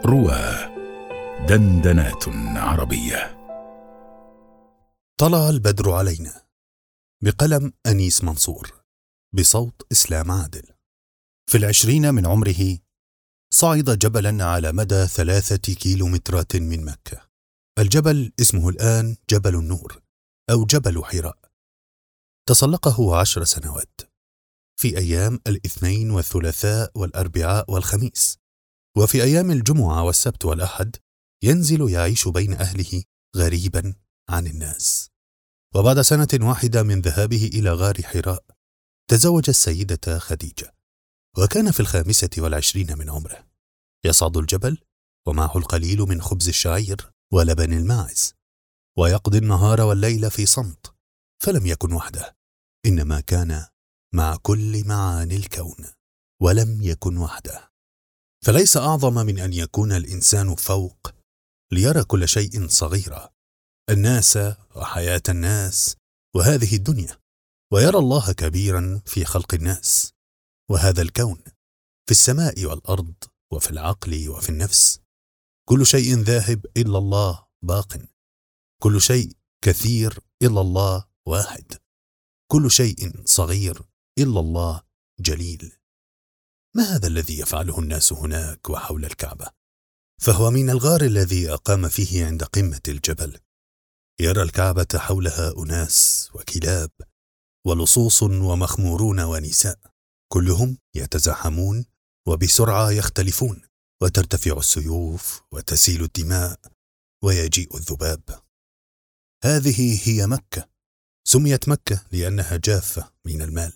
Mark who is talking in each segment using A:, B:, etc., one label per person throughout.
A: روى دندنات عربية.
B: طلع البدر علينا، بقلم أنيس منصور، بصوت إسلام عادل. في 20 من عمره صعد جبلا على مدى 3 كيلومترات من مكة. الجبل اسمه الآن جبل النور أو جبل حراء. تسلقه 10 سنوات في أيام الاثنين والثلاثاء والأربعاء والخميس، وفي أيام الجمعة والسبت والأحد ينزل يعيش بين أهله غريبا عن الناس. وبعد 1 سنة من ذهابه إلى غار حراء تزوج السيدة خديجة، وكان في 25 من عمره. يصعد الجبل ومعه القليل من خبز الشعير ولبن الماعز، ويقضي النهار والليل في صمت، فلم يكن وحده، إنما كان مع كل معاني الكون، ولم يكن وحده. فليس أعظم من أن يكون الإنسان فوق ليرى كل شيء صغيرا، الناس وحياة الناس وهذه الدنيا، ويرى الله كبيرا في خلق الناس وهذا الكون، في السماء والأرض وفي العقل وفي النفس. كل شيء ذاهب إلا الله باق، كل شيء كثير إلا الله واحد، كل شيء صغير إلا الله جليل. ما هذا الذي يفعله الناس هناك وحول الكعبة؟ فهو من الغار الذي أقام فيه عند قمة الجبل. يرى الكعبة حولها أناس وكلاب ولصوص ومخمورون ونساء، كلهم يتزاحمون وبسرعة يختلفون، وترتفع السيوف وتسيل الدماء ويجيء الذباب. هذه هي مكة، سميت مكة لأنها جافة من المال.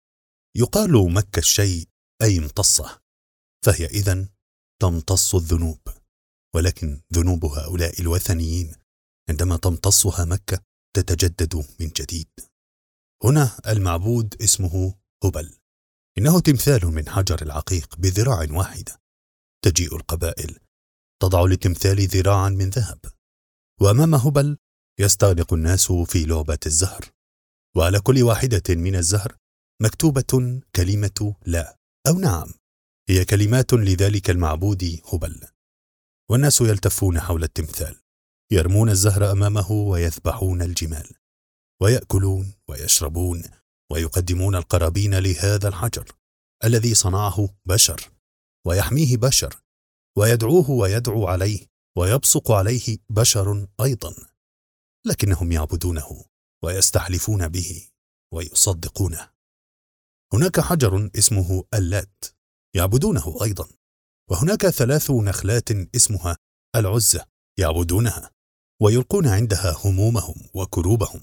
B: يقال مكة الشيء أي امتصه، فهي إذن تمتص الذنوب، ولكن ذنوب هؤلاء الوثنيين عندما تمتصها مكة تتجدد من جديد. هنا المعبود اسمه هبل، إنه تمثال من حجر العقيق بذراع واحدة. تجيء القبائل تضع للتمثال ذراعا من ذهب، وأمام هبل يستغرق الناس في لعبة الزهر، وعلى كل واحدة من الزهر مكتوبة كلمة لا أو نعم، هي كلمات لذلك المعبود هبل. والناس يلتفون حول التمثال، يرمون الزهر أمامه ويذبحون الجمال، ويأكلون ويشربون، ويقدمون القرابين لهذا الحجر الذي صنعه بشر ويحميه بشر، ويدعوه ويدعو عليه ويبصق عليه بشر أيضا، لكنهم يعبدونه ويستحلفون به ويصدقونه. هناك حجر اسمه اللات يعبدونه أيضا، وهناك 3 نخلات اسمها العزة يعبدونها، ويلقون عندها همومهم وكروبهم،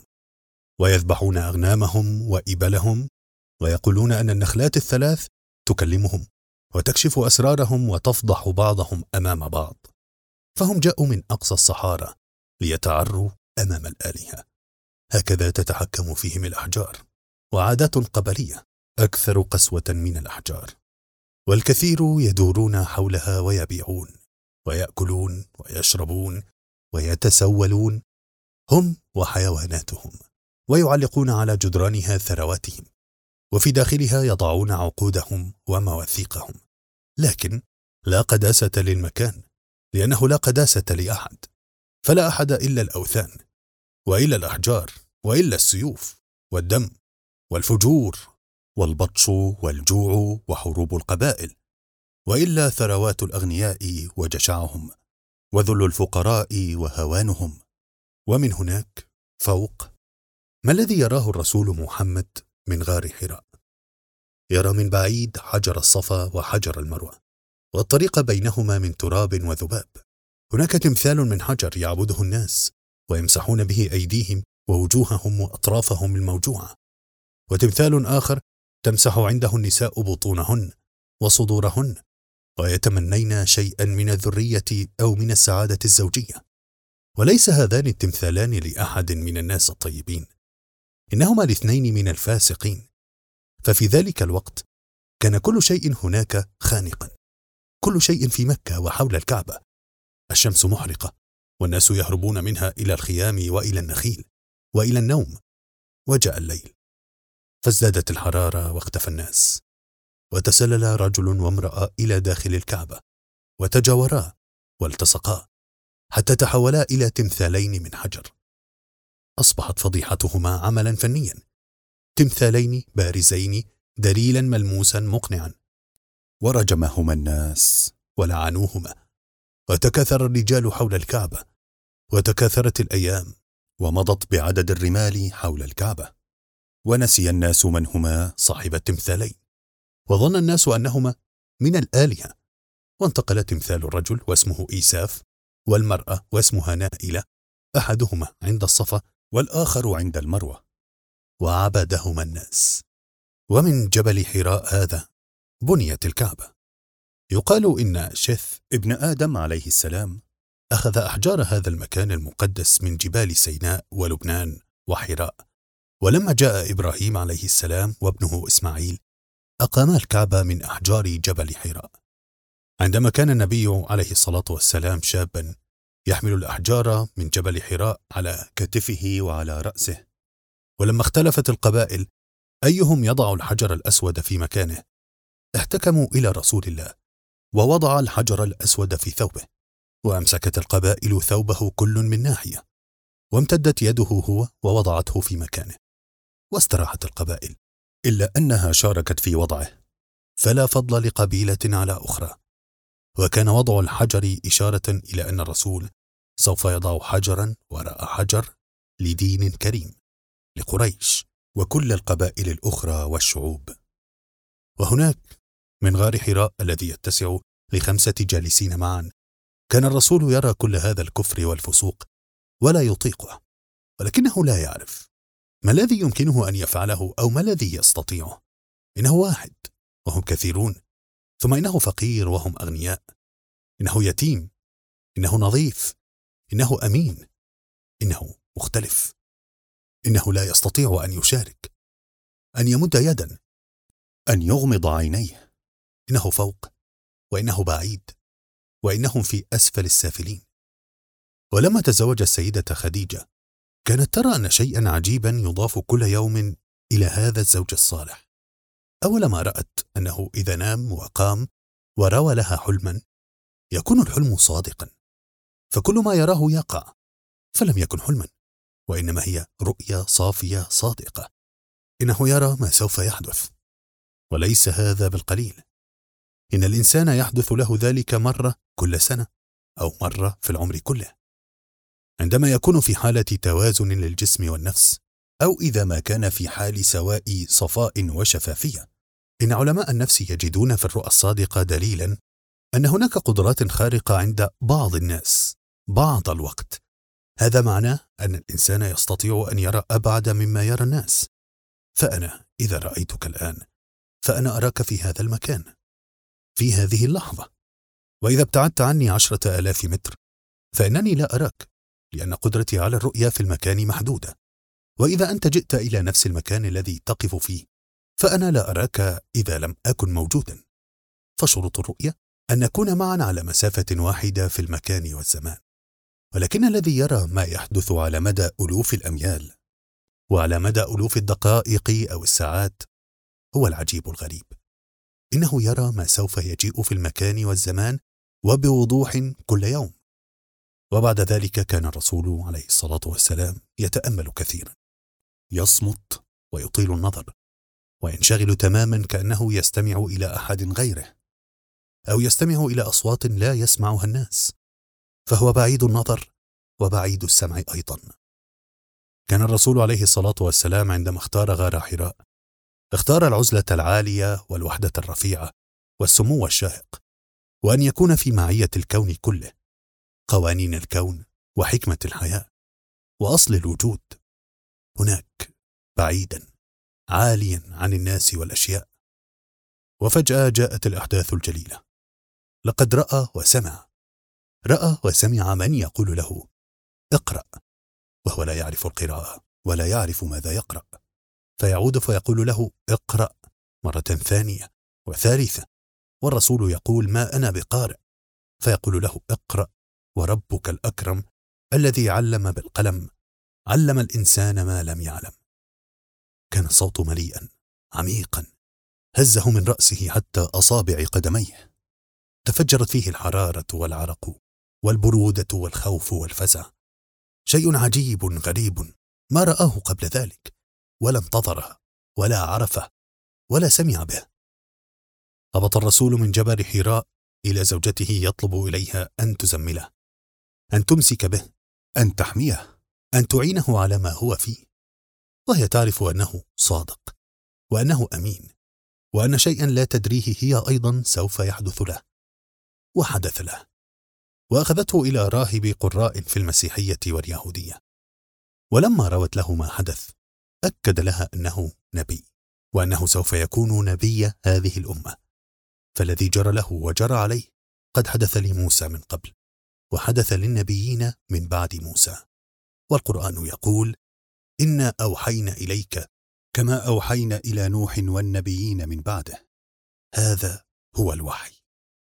B: ويذبحون أغنامهم وإبلهم، ويقولون أن النخلات ال3 تكلمهم وتكشف أسرارهم وتفضح بعضهم أمام بعض. فهم جاءوا من أقصى الصحارى ليتعروا أمام الآلهة. هكذا تتحكم فيهم الأحجار، وعادات قبلية أكثر قسوة من الأحجار. والكثير يدورون حولها ويبيعون ويأكلون ويشربون ويتسولون هم وحيواناتهم، ويعلقون على جدرانها ثرواتهم، وفي داخلها يضعون عقودهم ومواثيقهم. لكن لا قداسة للمكان، لأنه لا قداسة لأحد، فلا أحد إلا الأوثان وإلا الأحجار وإلا السيوف والدم والفجور والبطش والجوع وحروب القبائل، وإلا ثروات الأغنياء وجشعهم، وذل الفقراء وهوانهم. ومن هناك فوق، ما الذي يراه الرسول محمد من غار حراء؟ يرى من بعيد حجر الصفا وحجر المروة، والطريق بينهما من تراب وذباب. هناك تمثال من حجر يعبده الناس ويمسحون به أيديهم ووجوههم وأطرافهم الموجوعة، وتمثال آخر تمسح عنده النساء بطونهن وصدورهن، ويتمنين شيئا من الذرية أو من السعادة الزوجية. وليس هذان التمثالان لأحد من الناس الطيبين، إنهما الاثنين من الفاسقين. ففي ذلك الوقت كان كل شيء هناك خانقا، كل شيء في مكة وحول الكعبة. الشمس محرقة، والناس يهربون منها إلى الخيام وإلى النخيل وإلى النوم. وجاء الليل فازدادت الحرارة واختفى الناس، وتسلل رجل وامرأة إلى داخل الكعبة وتجاورا والتصقا حتى تحولا إلى تمثالين من حجر. أصبحت فضيحتهما عملا فنيا، تمثالين بارزين دليلا ملموسا مقنعا. ورجمهما الناس ولعنوهما، وتكاثر الرجال حول الكعبة، وتكاثرت الأيام ومضت بعدد الرمال حول الكعبة، ونسي الناس من هما صاحب التمثالين، وظن الناس أنهما من الآلهة. وانتقل تمثال الرجل واسمه إيساف، والمرأة واسمها نائلة، أحدهما عند الصفا والآخر عند المروة، وعبدهما الناس. ومن جبل حراء هذا بنيت الكعبة. يقال إن شث ابن آدم عليه السلام أخذ أحجار هذا المكان المقدس من جبال سيناء ولبنان وحراء، ولما جاء إبراهيم عليه السلام وابنه إسماعيل أقاما الكعبة من أحجار جبل حراء. عندما كان النبي عليه الصلاة والسلام شابا يحمل الأحجار من جبل حراء على كتفه وعلى رأسه، ولما اختلفت القبائل أيهم يضع الحجر الأسود في مكانه، احتكموا إلى رسول الله ووضع الحجر الأسود في ثوبه، وأمسكت القبائل ثوبه كل من ناحية، وامتدت يده هو ووضعته في مكانه، واستراحت القبائل، إلا أنها شاركت في وضعه، فلا فضل لقبيلة على أخرى. وكان وضع الحجر إشارة إلى أن الرسول سوف يضع حجرا وراء حجر لدين كريم، لقريش وكل القبائل الأخرى والشعوب. وهناك من غار حراء الذي يتسع ل5 جالسين معا، كان الرسول يرى كل هذا الكفر والفسوق ولا يطيقه، ولكنه لا يعرف ما الذي يمكنه أن يفعله أو ما الذي يستطيعه. إنه واحد وهم كثيرون، ثم إنه فقير وهم أغنياء، إنه يتيم، إنه نظيف، إنه أمين، إنه مختلف، إنه لا يستطيع أن يشارك، أن يمد يدا، أن يغمض عينيه. إنه فوق، وإنه بعيد، وإنهم في أسفل السافلين. ولما تزوج السيدة خديجة كانت ترى أن شيئا عجيبا يضاف كل يوم إلى هذا الزوج الصالح. أول ما رأت أنه إذا نام وقام وروى لها حلما يكون الحلم صادقا، فكل ما يراه يقع، فلم يكن حلما، وإنما هي رؤيا صافية صادقة. إنه يرى ما سوف يحدث، وليس هذا بالقليل. إن الإنسان يحدث له ذلك مرة كل سنة، أو مرة في العمر كله، عندما يكون في حالة توازن للجسم والنفس، أو إذا ما كان في حال سواء صفاء وشفافية. إن علماء النفس يجدون في الرؤى الصادقة دليلا أن هناك قدرات خارقة عند بعض الناس بعض الوقت. هذا معناه أن الإنسان يستطيع أن يرى أبعد مما يرى الناس. فأنا إذا رأيتك الآن فأنا أراك في هذا المكان في هذه اللحظة، وإذا ابتعدت عني 10,000 متر فإنني لا أراك، لأن قدرتي على الرؤية في المكان محدودة. وإذا أنت جئت إلى نفس المكان الذي تقف فيه فأنا لا أراك إذا لم أكن موجودا. فشروط الرؤية أن نكون معا على مسافة واحدة في المكان والزمان. ولكن الذي يرى ما يحدث على مدى ألوف الأميال وعلى مدى ألوف الدقائق أو الساعات هو العجيب الغريب. إنه يرى ما سوف يجيء في المكان والزمان وبوضوح كل يوم. وبعد ذلك كان الرسول عليه الصلاة والسلام يتأمل كثيرا، يصمت ويطيل النظر، وينشغل تماما كأنه يستمع إلى أحد غيره، أو يستمع إلى أصوات لا يسمعها الناس، فهو بعيد النظر وبعيد السمع أيضا. كان الرسول عليه الصلاة والسلام عندما اختار غار حراء اختار العزلة العالية والوحدة الرفيعة والسمو الشاهق، وأن يكون في معية الكون كله، قوانين الكون وحكمة الحياة وأصل الوجود، هناك بعيدا عاليا عن الناس والأشياء. وفجأة جاءت الأحداث الجليلة. لقد رأى وسمع من يقول له اقرأ، وهو لا يعرف القراءة ولا يعرف ماذا يقرأ، فيعود فيقول له اقرأ مرة ثانية وثالثة، والرسول يقول ما أنا بقارئ، فيقول له اقرأ وربك الأكرم الذي علم بالقلم علم الإنسان ما لم يعلم. كان الصوت مليئا عميقا هزه من رأسه حتى أصابع قدميه، تفجرت فيه الحرارة والعرق، والبرودة والخوف والفزع، شيء عجيب غريب ما رآه قبل ذلك، ولا انتظره ولا عرفه ولا سمع به. هبط الرسول من جبل حراء إلى زوجته يطلب إليها أن تزمله، أن تمسك به، أن تحميه، أن تعينه على ما هو فيه، وهي تعرف أنه صادق وأنه أمين، وأن شيئا لا تدريه هي أيضا سوف يحدث له. وحدث له، وأخذته إلى راهب قراء في المسيحية واليهودية، ولما روت له ما حدث أكد لها أنه نبي، وأنه سوف يكون نبي هذه الأمة، فالذي جرى له وجرى عليه قد حدث لموسى من قبل، وحدث للنبيين من بعد موسى. والقرآن يقول: إنا أوحينا إليك كما أوحينا إلى نوح والنبيين من بعده. هذا هو الوحي،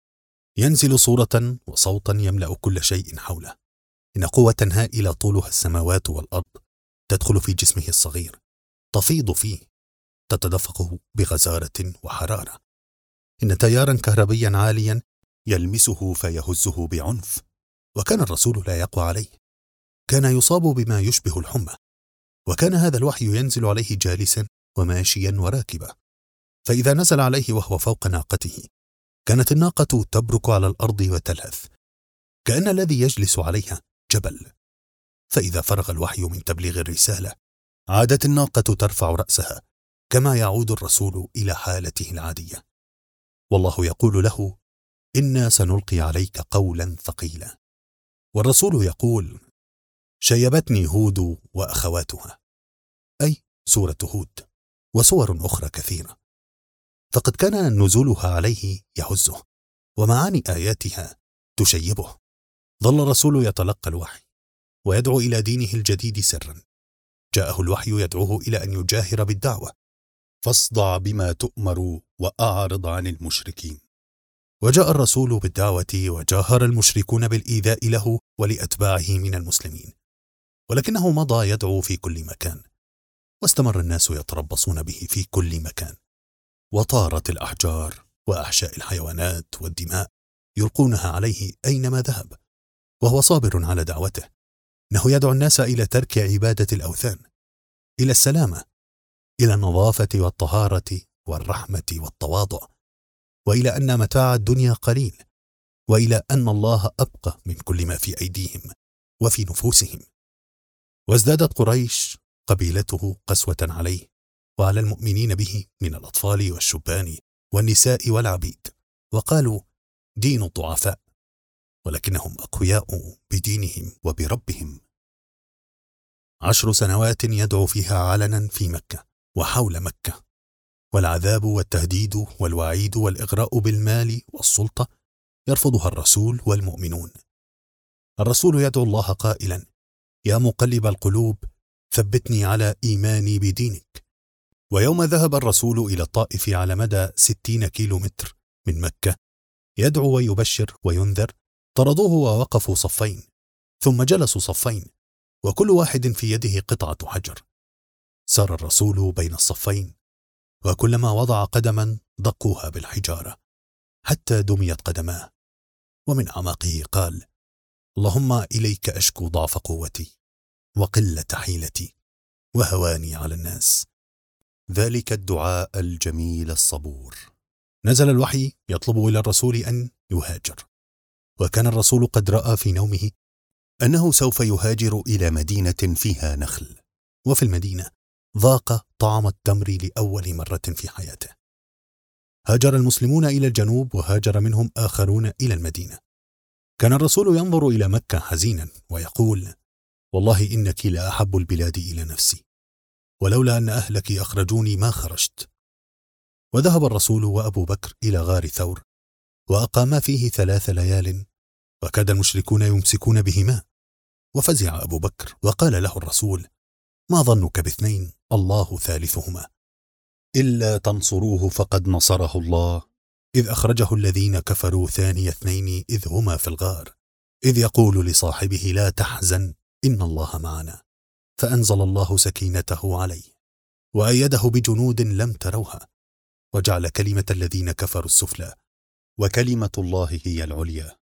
B: ينزل صورة وصوتا يملأ كل شيء حوله. إن قوة هائلة طولها السماوات والأرض تدخل في جسمه الصغير، تفيض فيه، تتدفق بغزارة وحرارة. إن تيارا كهربيا عاليا يلمسه فيهزه بعنف، وكان الرسول لا يقوى عليه، كان يصاب بما يشبه الحمى، وكان هذا الوحي ينزل عليه جالسا وماشيا وراكبا، فإذا نزل عليه وهو فوق ناقته كانت الناقة تبرك على الأرض وتلهث، كأن الذي يجلس عليها جبل. فإذا فرغ الوحي من تبليغ الرسالة عادت الناقة ترفع رأسها كما يعود الرسول إلى حالته العادية. والله يقول له: إنا سنلقي عليك قولا ثقيلا. والرسول يقول: شيبتني هود وأخواتها، أي سورة هود وسور أخرى كثيرة، فقد كان نزولها عليه يهزه، ومعاني آياتها تشيبه. ظل الرسول يتلقى الوحي ويدعو إلى دينه الجديد سرا. جاءه الوحي يدعوه إلى أن يجاهر بالدعوة: فاصدع بما تؤمر وأعرض عن المشركين. وجاء الرسول بالدعوة وجاهر المشركون بالإيذاء له ولأتباعه من المسلمين، ولكنه مضى يدعو في كل مكان، واستمر الناس يتربصون به في كل مكان، وطارت الأحجار وأحشاء الحيوانات والدماء يلقونها عليه أينما ذهب، وهو صابر على دعوته. إنه يدعو الناس إلى ترك عبادة الأوثان، إلى السلامة، إلى النظافة والطهارة والرحمة والتواضع، وإلى أن متاع الدنيا قليل، وإلى أن الله أبقى من كل ما في أيديهم وفي نفوسهم. وازدادت قريش قبيلته قسوة عليه وعلى المؤمنين به من الأطفال والشبان والنساء والعبيد، وقالوا: دين الضعفاء، ولكنهم أقوياء بدينهم وبربهم. 10 سنوات يدعو فيها علنا في مكة وحول مكة، والعذاب والتهديد والوعيد والإغراء بالمال والسلطة يرفضها الرسول والمؤمنون. الرسول يدعو الله قائلا: يا مقلب القلوب ثبتني على إيماني بدينك. ويوم ذهب الرسول إلى الطائف على مدى 60 كيلومتر من مكة يدعو ويبشر وينذر، طردوه ووقفوا صفين، ثم جلسوا صفين، وكل واحد في يده قطعة حجر. سار الرسول بين الصفين، وكلما وضع قدما دقوها بالحجارة حتى دميت قدماه، ومن أعماقه قال: اللهم إليك أشكو ضعف قوتي وقلة حيلتي وهواني على الناس. ذلك الدعاء الجميل الصبور. نزل الوحي يطلب إلى الرسول أن يهاجر، وكان الرسول قد رأى في نومه أنه سوف يهاجر إلى مدينة فيها نخل، وفي المدينة ذاق طعم التمر لأول مرة في حياته. هاجر المسلمون إلى الجنوب، وهاجر منهم آخرون إلى المدينة. كان الرسول ينظر إلى مكة حزينا ويقول: والله إنك لأحب البلاد إلى نفسي، ولولا أن أهلك أخرجوني ما خرجت. وذهب الرسول وأبو بكر إلى غار ثور، وأقاما فيه 3 ليال، وكاد المشركون يمسكون بهما. وفزع أبو بكر وقال له الرسول: ما ظنك ب2 الله ثالثهما، إلا تنصروه فقد نصره الله، إذ أخرجه الذين كفروا ثاني 2 إذ هما في الغار، إذ يقول لصاحبه لا تحزن إن الله معنا، فأنزل الله سكينته عليه وأيده بجنود لم تروها، وجعل كلمة الذين كفروا السفلى، وكلمة الله هي العليا،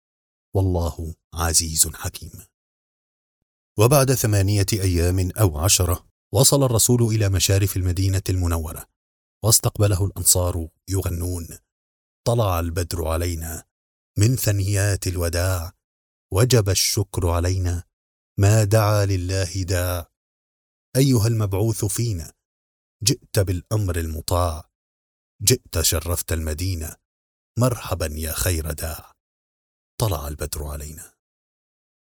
B: والله عزيز حكيم. وبعد 8 أيام أو 10 وصل الرسول إلى مشارف المدينة المنورة، واستقبله الأنصار يغنون: طلع البدر علينا من ثنيات الوداع، وجب الشكر علينا ما دعا لله داع. أيها المبعوث فينا جئت بالأمر المطاع، جئت شرفت المدينة مرحبا يا خير داع. طلع البدر علينا.